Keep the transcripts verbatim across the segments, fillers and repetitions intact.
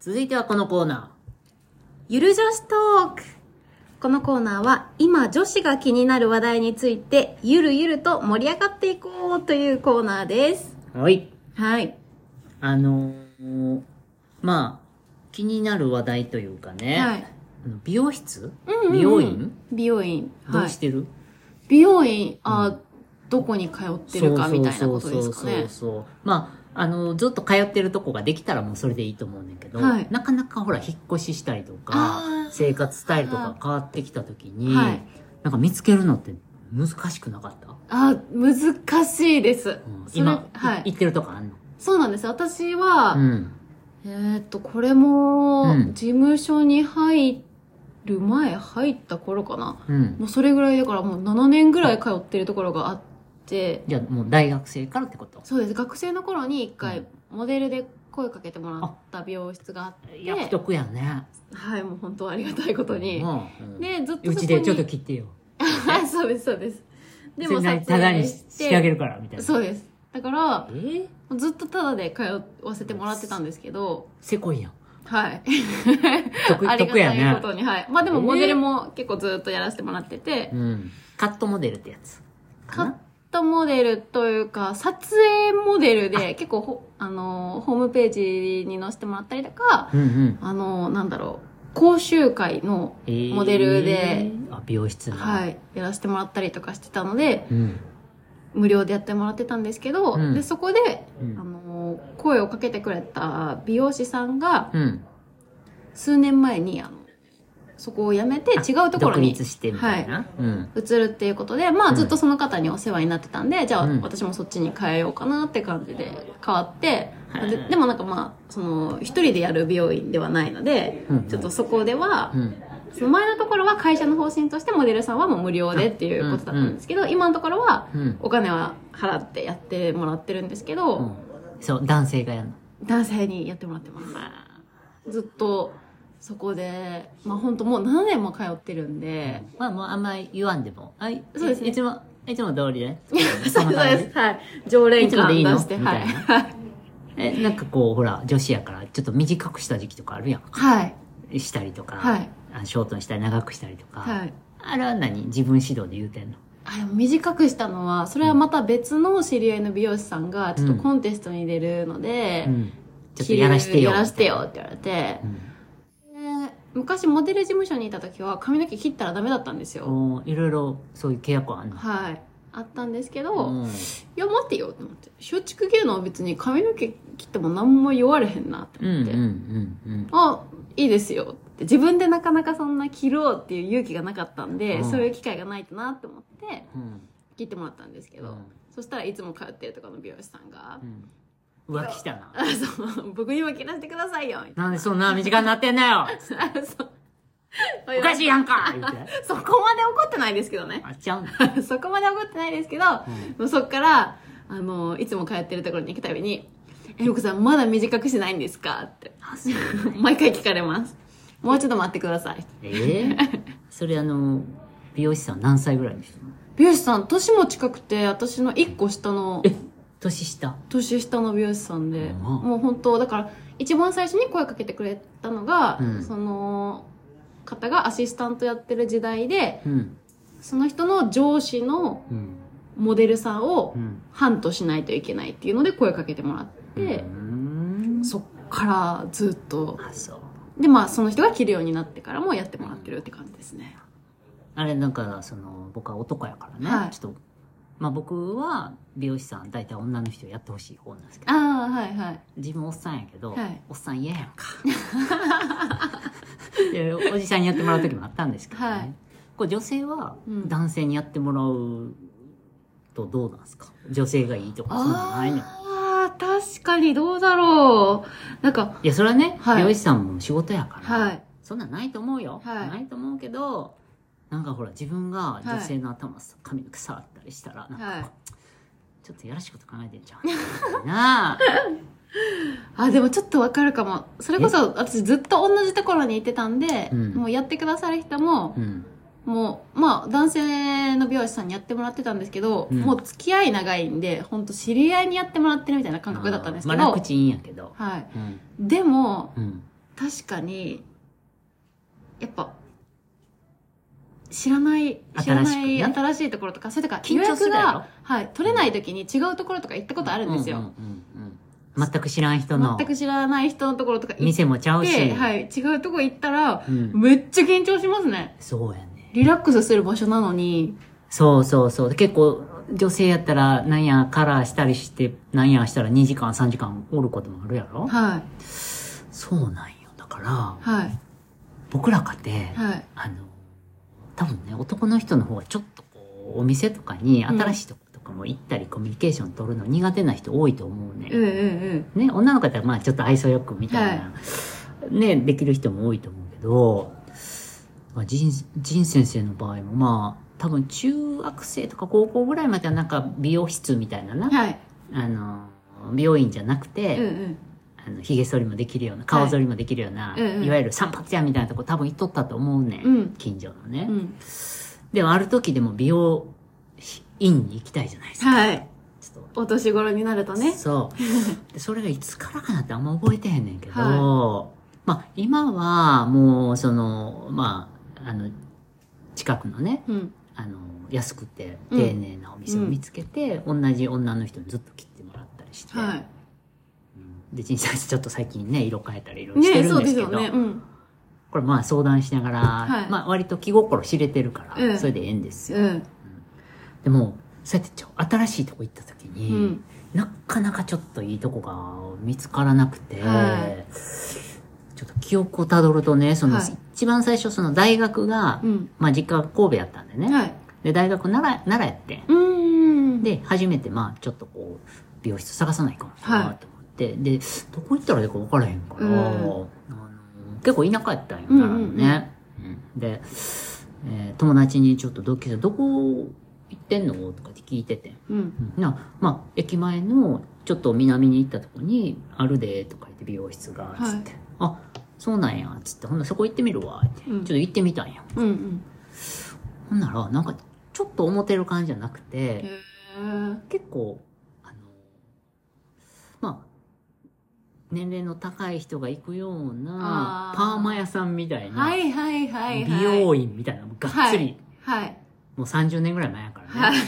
続いてはこのコーナゆる女子トーク。このコーナーは今女子が気になる話題についてゆるゆると盛り上がっていこうというコーナーです。 ー。はい。 はい。 あのー、まあ、気になる話題というかね。 はい。 美容室、 うんうんうん、 美容院美容院。 どうしてる、はい、 美容院、あ、うん、どこに通ってるかみたいなことですかね。そうそうそうそう。まあ、あの、ずっと通ってるとこができたらもうそれでいいと思うんだけど、はい、なかなかほら、引っ越ししたりとか、生活スタイルとか変わってきた時に、はい、なんか見つけるのって難しくなかった？あ、難しいです。うん、 今、はい、行ってるとこあんの？ そうなんです。私は、うん、えー、っと、これも、事務所に入る前、入った頃かな。うん、もうそれぐらいだからもうななねんぐらい通ってるところがあって。 じゃあもう大学生からってこと？ そうです。学生の頃に一回、モデルで声かけてもらった美容室があって。 約束やね。 はい、もう本当ありがたいことに。うん、で、ずっとそこに。 うちでちょっと切ってよ。 そうです、そうです。 でもさ、ただにしてあげるから、みたいな。 そうです。だから、えー、ずっとタダで通わせてもらってたんですけど。 せこいやん。 はい。 得ありがたいことに、はい。まあでもモデルも結構ずっとやらせてもらってて。 うん。カットモデルってやつ。 カットモデルというか、撮影モデルで結構ほ、あの、ホームページに載せてもらったりとか、うんうん、あの、なんだろう、講習会のモデルで、えー、あ、美容室の。 はい。やらせてもらったりとかしてたので、うん、無料でやってもらってたんですけど、うん、でそこで、うん、あの声をかけてくれた美容師さんが、うん、数年前にあのそこを辞めて違うところに独立してみたいな、はいうん、移るっていうことで、まあ、ずっとその方にお世話になってたんで、うん、じゃあ私もそっちに変えようかなって感じで変わって、うん、で, でもなんかまあその一人でやる美容院ではないので、うん、ちょっとそこでは、うんその前のところは会社の方針としてモデルさんはもう無料でっていうことだったんですけど、うんうん、今のところはお金は払ってやってもらってるんですけど、うん、 そう男性がやるの男性にやってもらってます。ずっとそこでまあ本当もうななねんも通ってるんで、 うん、まあもうあんまり言わんでもあそうですねいつもいつも通りでそうですはい常連感出してはいえなんかこうほら女子やからちょっと短くした時期とかあるやんはいしたりとかはいショートにしたり長くしたりとか、 はい、 あれは何自分指導で言うてんの？ あでも短くしたのはそれはまた別の知り合いの美容師さんがちょっとコンテストに出るので、うんうん、 ちょっとやらしてよやらしてよって言われて、うん、で昔モデル事務所にいた時は髪の毛切ったらダメだったんですよ。 いろいろそういう契約あんの？ はいあったんですけど、うん、いや待ってよって思って松竹芸能は別に髪の毛切っても何も言われへんなって思って、うんうんうんうん、あいいですよって自分でなかなかそんな切ろうっていう勇気がなかったんで、うん、そういう機会がないとなって思って、うん、切ってもらったんですけど、うん、そしたらいつも通ってるとかの美容師さんが、 うん、浮気したなそう僕にも切らせてくださいよみたいな。 なんでそんな短くなってんだよそうおかしいやんか言ってそこまで怒ってないですけどねあっちゃうそこまで怒ってないですけど、うん、そっからあのいつも通ってるところに行くたびにえよくさんまだ短くしないんですかって毎回聞かれます。もうちょっと待ってください。 えー、それあの美容師さん何歳ぐらいの人？ 美容師さん年も近くて私のいっこ下のえ年下年下の美容師さんで、うん、もう本当だから一番最初に声かけてくれたのが、うん、その方がアシスタントやってる時代で、うん、その人の上司のモデルさんをハントしないといけないっていうので声かけてもらって、うん、そっからずっとあそうでまあその人が着るようになってからもやってもらってるって感じですね。 あれなんかその僕は男やからね、はい、ちょっとまあ僕は美容師さん大体女の人やってほしい方なんですけど、 ああはいはい自分おっさんやけど、はい、おっさん嫌やんかでおじさんにやってもらう時もあったんですけどね、はい、これ女性は男性にやってもらうとどうなんですか？女性がいいとかそんなのないの？ あ確かにどうだろうなんかいやそれはね、はい、美容師さんも仕事やから、 はい、 そんなんないと思うよ、はい、ないと思うけどなんかほら自分が女性の頭、はい、髪の毛触ったりしたらなんか、はい、ちょっとやらしいこと考えてんじゃんなああでもちょっとわかるかも。それこそ私ずっと同じところに行ってたんで、うん、もうやってくださる人も、うん、もうまあ男性の美容師さんにやってもらってたんですけど、うん、もう付き合い長いんで本当知り合いにやってもらってるみたいな感覚だったんですけど、 まあ楽ちんやけど、 はい、うん、でも、うん、 確かにやっぱ知らない知らない、ね、新しいところとかそれとか予約が、はい、取れない時に違うところとか行ったことあるんですよ、うんうんうんうん、全く知らん人の全く知らない人のところとか行って店もちゃうし、 はい、違うところ行ったら、うん、めっちゃ緊張しますね。 そうやね。 リラックスする場所なのに。 そうそうそう。結構女性やったらなんやカラーしたりしてなんやしたらにじかんさんじかんおることもあるやろ。はい。そうなんよ。だから、はい、僕らかて、はい、あの多分ね男の人の方がちょっとこうお店とかに新しいとこ、うんとかも行ったりコミュニケーション取るの苦手な人多いと思うね。うんうんうん。ね、女の方はまあちょっと愛想よくみたいな、はい、ね、できる人も多いと思うけど、まあ、ジン、ジン先生の場合もまあ多分中学生とか高校ぐらいまではなんか美容室みたいなな、はい、あの美容院じゃなくて、うんうん、あの髭剃りもできるような顔剃りもできるような、はい、うんうん、いわゆる散髪屋みたいなとこ多分行っとったと思うね、うん、近所のね、うん、でもある時でも美容院に行きたいじゃないですか。はい。ちょっとお年頃になるとね。 そう。でそれがいつからかなってあんま覚えてへんねんけど、はい、まあ今はもうそのまああの近くのね、うん、あの安くて丁寧なお店を見つけて、うん、同じ女の人にずっと切ってもらったりして、はい、うん、で人生ちょっと最近ね色変えたりいろいろしてるんですけど、ね、そうですよね、うん、これまあ相談しながら、はい、まあ割と気心知れてるから、うん、それでええんですよ。うん、でもそうやってちょ新しいとこ行った時に、うん、なかなかちょっといいとこが見つからなくて、はい、ちょっと記憶をたどるとねその、はい、一番最初その大学が、うん、まあ実家が神戸やったんでね、はい、で大学奈良、奈良やってん、うんで初めてまあちょっとこう美容室探さないかなと思って、はい、でどこ行ったらいいか分からへんから、うん、あの結構田舎やったんよ、奈良のね、うんうんうん、で、えー、友達にちょっと同級生どこ行ってんのとかって聞いてて、うん、なまあ駅前のちょっと南に行ったとこにあるでとか言って美容室がつって、はい、あそうなんやつってほんなそこ行ってみるわって、うん、ちょっと行ってみたんや、うんうん、ほんならなんかちょっと思ってる感じじゃなくて結構あのまあ年齢の高い人が行くようなパーマ屋さんみたいな美容院みたいながっつり、はいはい、もうさんじゅうねんぐらい前やからね、はい、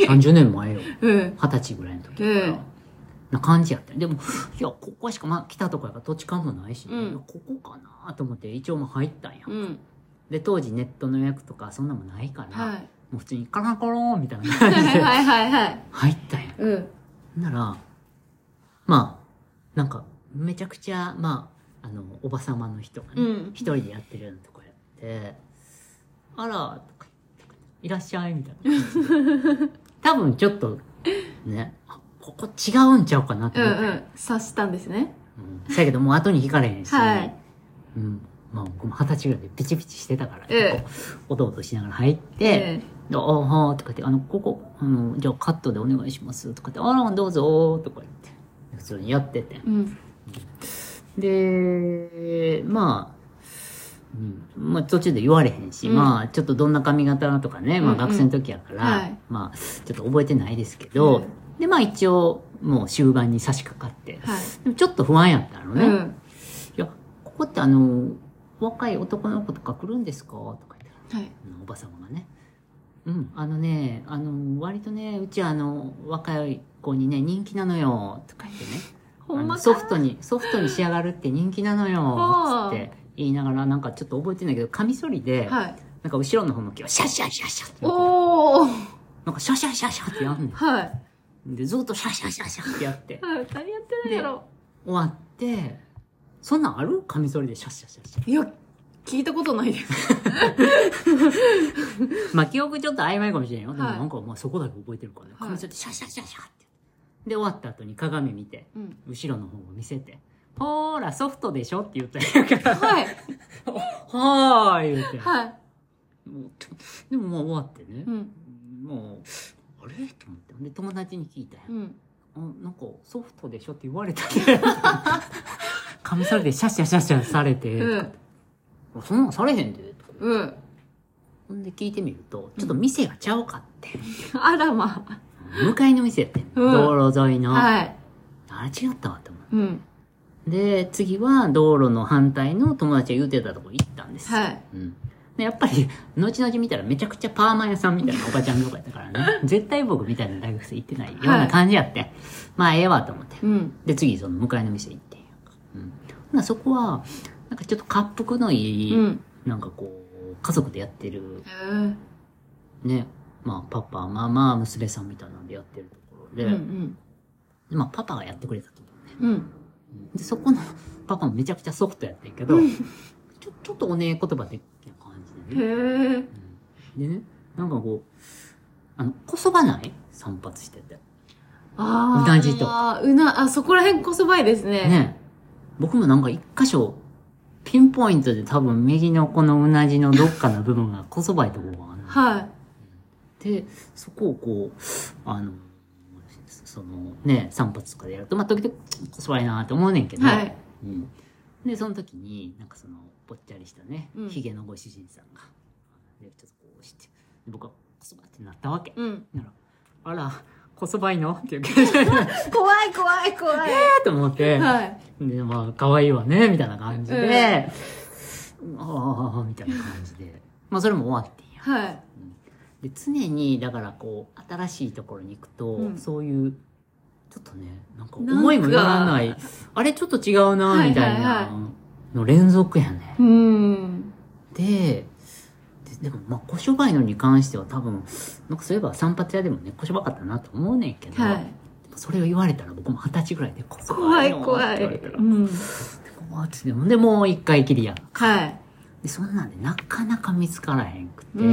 さんじゅうねんまえよ、うん、はたちぐらいの時から、うん、な感じやったでもいやここしか、まあ、来たとこやから土地勘もないし、うん、ここかなと思って一応もう入ったんや、うん、で当時ネットの予約とかそんなもないから、はい、もう普通にカランコロンみたいな感じで入ったんや、うん、ならまあなんかめちゃくちゃまああのおばさまの人がね、うん、一人でやってるようなとこやってあらとかいらっしゃいみたいな多分ちょっとねここ違うんちゃうかなって思って、うんうん、 察したんですね、 うん、だけどもう後に引かれへんし、はいうん、まあ僕も二十歳ぐらいでピチピチしてたから、えー、おどおどしながら入って、えー、ああはーとか言ってあのここあのじゃあカットでお願いしますとか言ってあらどうぞとか言って普通にやってて、うん、でまあうんまあ、途中で言われへんし、うん、まあちょっとどんな髪型とかね、まあ、学生の時やから、うんうんはい、まあちょっと覚えてないですけど、うん、でまあ一応もう終盤に差し掛かって、はい、でもちょっと不安やったのね、うん、いやここってあの若い男の子とか来るんですかとか言って、はい、おばさまがねうんあのねあの割とねうちはあの若い子にね人気なのよとか言ってねほんまかソフトにソフトに仕上がるって人気なのよつって言いながらなんかちょっと覚えてないけどカミソリで、はい、なんか後ろの方の毛をシャッシャッシャッシャッっておなんかシャッシャッシャッシャッってやんねん、はい、でずっとシャッシャッシャッシャッってやって、 はい、何やってないやろ終わってそんなんあるカミソリでシャッシャッシャッシャッいや聞いたことないですまあ記憶ちょっと曖昧かもしれんよ、はい、でもなんかまあそこだけ覚えてるからね、はい、カミソリでシャッシャッシャッシャッってで終わった後に鏡見て、うん、後ろの方を見せてほーらソフトでしょって言ったんやからはいはーい言うて、はい、もうでもまあ終わってね、うん、もうあれと思ってで友達に聞いたよ、うん、あなんかソフトでしょって言われたねカミソリでシャッシャシャッシャされて、うん、そんなんされへんでとか、うん、ほんで聞いてみるとちょっと店がちゃうかって、 うん、あらまあ向かいの店やって、うん、道路沿いの、はい、あれ違ったわと思って、うんで、次は道路の反対の友達が言うてたところ行ったんです。 はい。 うん。で、やっぱり、後々見たらめちゃくちゃパーマ屋さんみたいなおばちゃんとかやったからね。絶対僕みたいな大学生行ってないような感じやって。はい、まあ、ええわと思って。うん。で、次、その向かいの店行ってんやんか。うん。そこは、なんかちょっと恰幅のいい、うん、なんかこう、家族でやってる、ね。まあ、パパ、ママ、娘さんみたいなんでやってるところで、うんうん、でまあ、パパがやってくれたと思うね。うん。で、そこのパパもめちゃくちゃソフトやってんけど、うん、ちょ、ちょっとおねえ言葉で、感じでね。へー、うん。でね、なんかこう、あの、こそばない散髪してて。ああ。うなじと。 あ、うな、あ、そこら辺こそばいですね。ね。 僕もなんか一箇所、ピンポイントで多分右のこのうなじのどっかの部分がこそばいところがある。はい。で、そこをこう、あの、そのね、散髪とかでやると、まあ、時々こそばいなって思うねんけど、はい。うん。で、その時に、なんかその、ぽっちゃりしたね、うん、ヒゲのご主人さんが、で、ちょっとこうして、僕はこそばってなったわけ。うん。なら、あら、こそばいのっていう感じで。 怖い怖い怖い。 えーと思って、はい。で、まあ、可愛いわね、みたいな感じで、うん、ああ、みたいな感じで。まあ、それも終わってんや。はい。で、常に、だからこう、新しいところに行くと、うん、そういう、ちょっとね、なんか思いもよらない、あれちょっと違うな、みたいなの連続やね。うん。で、で、でも、まあ、こしょばいのに関しては多分、なんかそういえば散髪屋でもね、こしょばかったなと思うねんけど、はい、それを言われたら僕も二十歳ぐらいで、こそばいの怖い怖い。って言われたら、うん。で、怖いで、もう一回きりやんか。はい。で、そんなんでなかなか見つからへんくて、うん、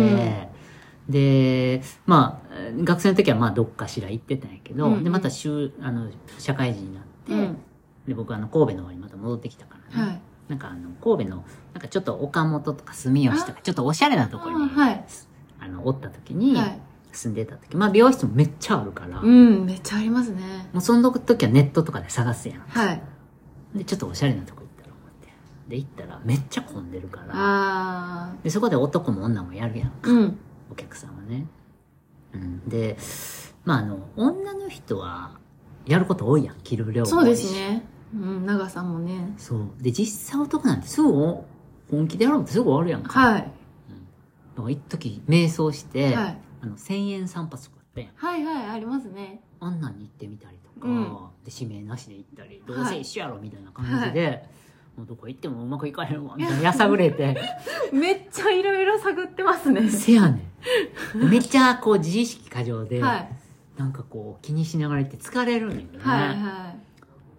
で、まあ、学生の時はまあどっかしら行ってたんやけど、うんうん、で、また週、あの、社会人になって、うん、で、僕あの、神戸の方にまた戻ってきたからね。はい、なんかあの、神戸の、なんかちょっと岡本とか住吉とか、ちょっとおしゃれなところに、はい、あの、おった時に、はい、住んでた時、まあ美容室もめっちゃあるから、 うん、めっちゃありますね。 もうその時はネットとかで探すやん。はい。で、ちょっとおしゃれなとこ行ったら思って。で、行ったらめっちゃ混んでるから、あで、そこで男も女もやるやんか。うん。お客さんはね。うん。で、まああの、女の人は、やること多いやん、着る量が多いし。 そうですね。うん、長さもね。 そう。で、実際男なんてすぐ、本気でやろうってすぐ終わるやんか。はい。うん。だから一時、瞑想して、はい、あの、千円散髪とかって。 はいはい、ありますね。 あんなんに行ってみたりとか、うん、で、指名なしで行ったり、どうせ一緒やろみたいな感じで、はい、もうどこ行ってもうまくいかへんわ、みたいなやさぐれて。 めっちゃいろいろ探ってますね。 せやねん。めっちゃこう自意識過剰で、はい、なんかこう気にしながら行って疲れるんだよね。はいはい。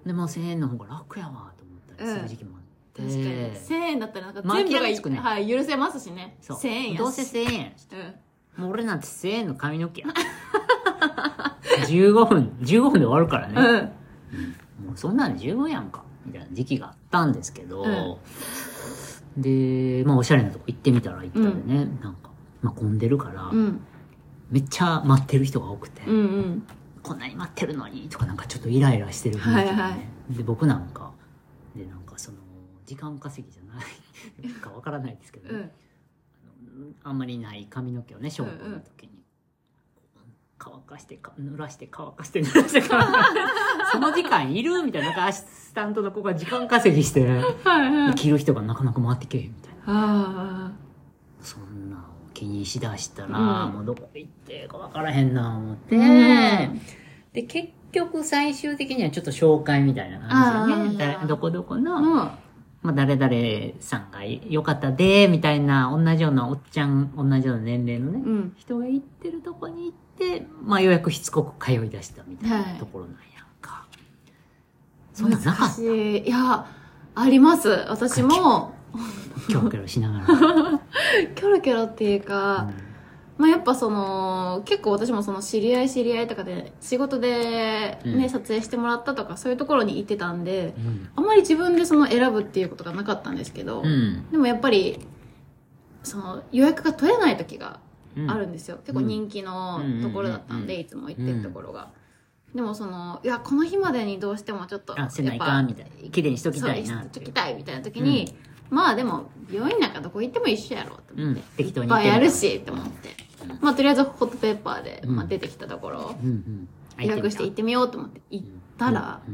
でもせんえんの方が楽やわと思ったりする時期もあって。うん、確かに。せんえんだったらなんか全部がいい、ね、はい、許せますしね。そう。せんえんやし。 どうせせんえんやし。うん。もう俺なんてせんえんの髪の毛や。じゅうごふん、じゅうごふんで終わるからね。うん。うん、もうそんなんで十分やんか。みたいな時期があったんですけど、うん、で、まあおしゃれなとこ行ってみたら行ったでね、うん、なんか、まあ混んでるから、うん、めっちゃ待ってる人が多くて、うんうん、こんなに待ってるのにとかなんかちょっとイライラしてる雰囲気で、ね、はいはい、で、僕なんか、で、なんかその、時間稼ぎじゃないかわからないですけど、うん、あのあんまりない髪の毛をね、勝負の時に、乾かしてか、濡らして乾かして濡らして乾かして、その時間いるみたいな、なんかアシスタントの子が時間稼ぎして、はいはい、着る人がなかなか回ってけえへんみたいな。あそんなを気にしだしたら、うん、もうどこ行ってか分からへんな思って、うん、で、結局最終的にはちょっと紹介みたいな感じでね、どこどこの、うん、まあ誰々さんが良かったで、みたいな、同じようなおっちゃん、同じような年齢のね、うん、人が行ってるとこに行って、で、まあようやくしつこく通い出したみたいなところなんやんか。はい、そんななかった？ いや、あります。私も。 キョロキョロしながら。 キョロキョロっていうか、うん、まあやっぱその、結構私もその知り合い知り合いとかで、仕事でね、うん、撮影してもらったとかそういうところに行ってたんで、うん、あんまり自分でその選ぶっていうことがなかったんですけど、うん、でもやっぱり、その予約が取れない時が、あるんですよ。結構人気のところだったんで、いつも行ってるところが。でもその、いや、この日までにどうしてもちょっと、 あ、せないかみたいな。綺麗にしときたいな。 しときたいみたいな時に、うん、まあでも、病院なんかどこ行っても一緒やろと思って。うん、適当に。いっぱいやるし、って思って。うん、まあとりあえずホットペーパーで、まあ、出てきたところ、うんうん、予約して行ってみようと思って行ったら、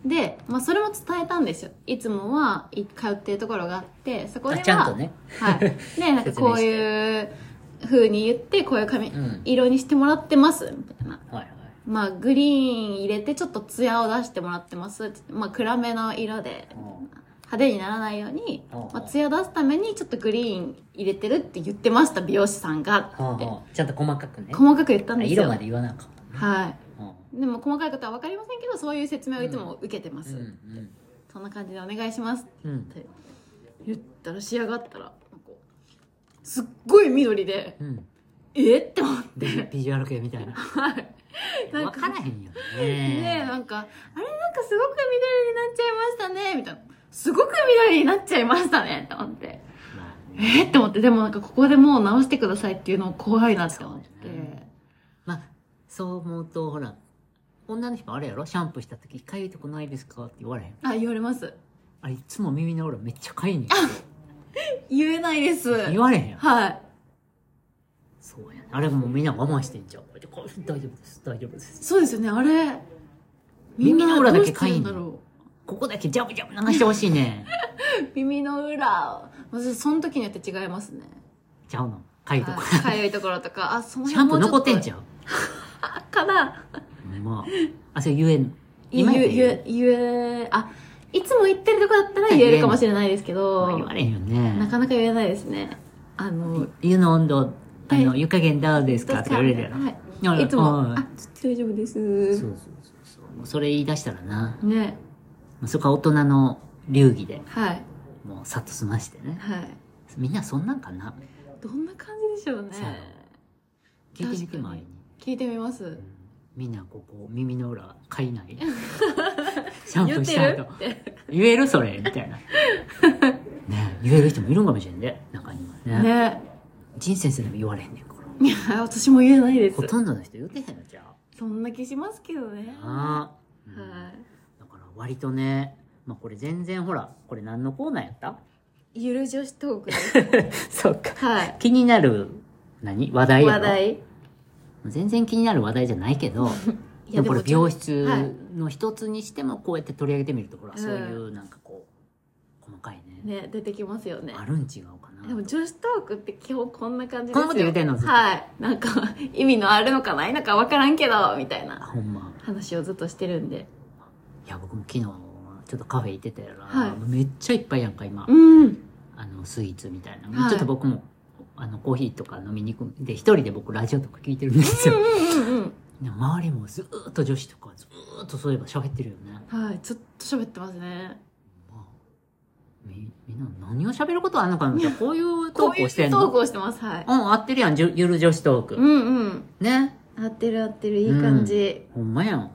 で、まあそれも伝えたんですよ。いつもはい通ってるところがあって、そこでは。 ちゃんとね。 はい。で、なんかこういう風に言って、こういう髪、うん、色にしてもらってます、みたいな。はいはい。まあグリーン入れてちょっとツヤを出してもらってます。まあ暗めの色で。派手にならないように、まあ、ツヤ出すためにちょっとグリーン入れてるって言ってました、美容師さんがって。 ちゃんと細かくね。 細かく言ったんですよ。 色まで言わなかった、ね。 はい。でも細かいことは分かりませんけど、そういう説明をいつも受けてます、うんうんうん、そんな感じでお願いしますって言ったら、仕上がったらすっごい緑で、うん、えって思ってビジュアル系みたいな。 はい分からへんよね。 ね、なんかあれなんかすごく緑になっちゃいましたねみたいな、すごく緑になっちゃいましたねって思って、まあね、えって思って、でもなんかここでもう直してくださいっていうの怖いなって思って、ね、 まあそう思うとほら、女の人あれやろ、シャンプーした時かゆいとこないですかって言われへん。 あ、言われます。 あれいつも耳の裏めっちゃかゆいねん。 言えないです。 言われへんやん。 はい。 そうやね。あれもうみんな我慢してんじゃん。大丈夫です、大丈夫です。 そうですよね、あれ。 耳の裏だけかゆいんだろう。ここだけジャブジャブ流してほしいね。 耳の裏。私その時によって違いますね。 ちゃうの。かゆいところ。 かゆいところとか、あ、その辺もシャンプー残ってんじゃん。 かな。 まあ、あ、それ言えん。 今言え、言え、言え、あ、いつも言ってるとこだったら言えるかもしれないですけど、 まあ、言われんよね。 なかなか言えないですね。あの、 湯の温度、あの、湯加減どうですかって言われるやろ。 はい。いつも、あ、大丈夫です。 そうそうそう。それ言い出したらな。 ね。 そこは大人の流儀で。 はい。 もうさっと済ましてね。 はい。 みんなそんなんかな。 どんな感じでしょうね。 聞いてみて、前に。 聞いてみます。うん、 みんなここ耳の裏かいない。シャンプーした後言えるそれみたいな。ね、言える人もいるんかもしれんね、中にはね。ね。人生でも言われへんねんから。 いや、私も言えないです。 ほとんどの人言うてへんのじゃあ。 そんな気しますけどね。 ああ、うん、はい。だから割とね、まあこれ全然ほら、これ何のコーナーやった？ ゆる女子トークです。 そうか。 はい。 気になる何話題やろ？ 話題。 全然気になる話題じゃないけど、でもこれ美容室の一つにしてもこうやって取り上げてみるところはそういうなんかこう細かいね。 ね、出てきますよね。 あるん違うかな。 でも女子トークって基本こんな感じですよ。 こんなこと言うてんのずっと。 はい。なんか意味のあるのかないのか分からんけどみたいなほんま話をずっとしてるんで。 いや僕も昨日ちょっとカフェ行ってたやら、はい、めっちゃいっぱいやんか今。 うん。あのスイーツみたいな、はい、ちょっと僕もあのコーヒーとか飲みに行くんで一人で僕ラジオとか聞いてるんですよ。うんうんうんうん、周りもずーっと女子とかずーっとそういえば喋ってるよね。 はい、ずっと喋ってますね。 まあ、みみんな何を喋ることあんのかなってこういうトークをしてんの？ こういうトークをしてます。はい。 うん、合ってるやん、ゆる女子トーク。 うんうん。 ね。 合ってる合ってる、いい感じ。 うん、ほんまやん。はい、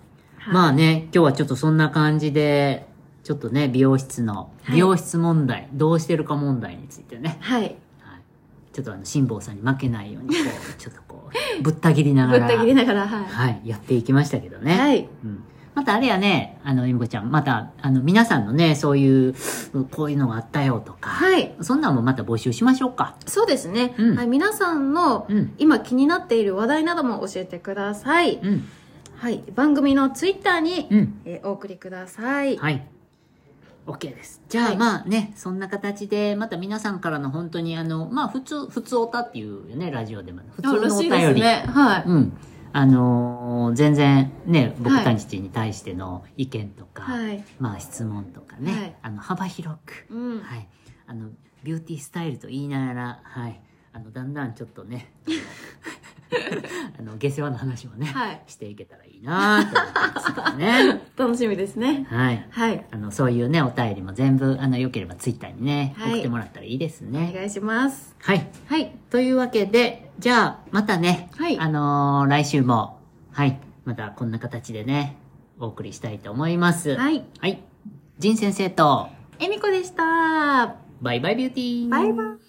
まあね、今日はちょっとそんな感じで、ちょっとね、美容室の、美容室問題、はい、どうしてるか問題についてね。 はい。 ちょっとあの、辛坊さんに負けないように、こう、ちょっとこう、ぶった切りながら。 ぶった切りながら、はい。 はい、やっていきましたけどね。 はい。 うん。またあれやね、あの、ゆみこちゃん、また、あの、皆さんのね、そういう、こういうのがあったよとか。 はい。 そんなんもまた募集しましょうか。 そうですね。うん、はい。皆さんの、今気になっている話題なども教えてください。うん。はい。番組のツイッターに、うん、えー、お送りください。 はい。OK です。じゃあ、はい、まあね、そんな形で、また皆さんからの本当にあの、まあ普通、普通おたっていうよね、ラジオでも。普通のお便り。 ですね。はい。 うん。あのー、全然ね、僕たちに対しての意見とか、はい、まあ質問とかね、はい、あの、幅広く、うん、はい。あの、ビューティースタイルと言いながら、はい。あの、だんだんちょっとね、あの、下世話の話もね、はい、していけたらいいなと思ってますからね。 楽しみですね。 はい。 はい。 あの、そういうね、お便りも全部、あの、良ければツイッターにね、はい、送ってもらったらいいですね。 お願いします。 はい。 はい。 というわけで、じゃあ、またね、 はい。 あのー、来週も、はい。またこんな形でね、お送りしたいと思います。 はい。 はい。仁先生と、 えみこでした。 バイバイビューティー。 バイバイ。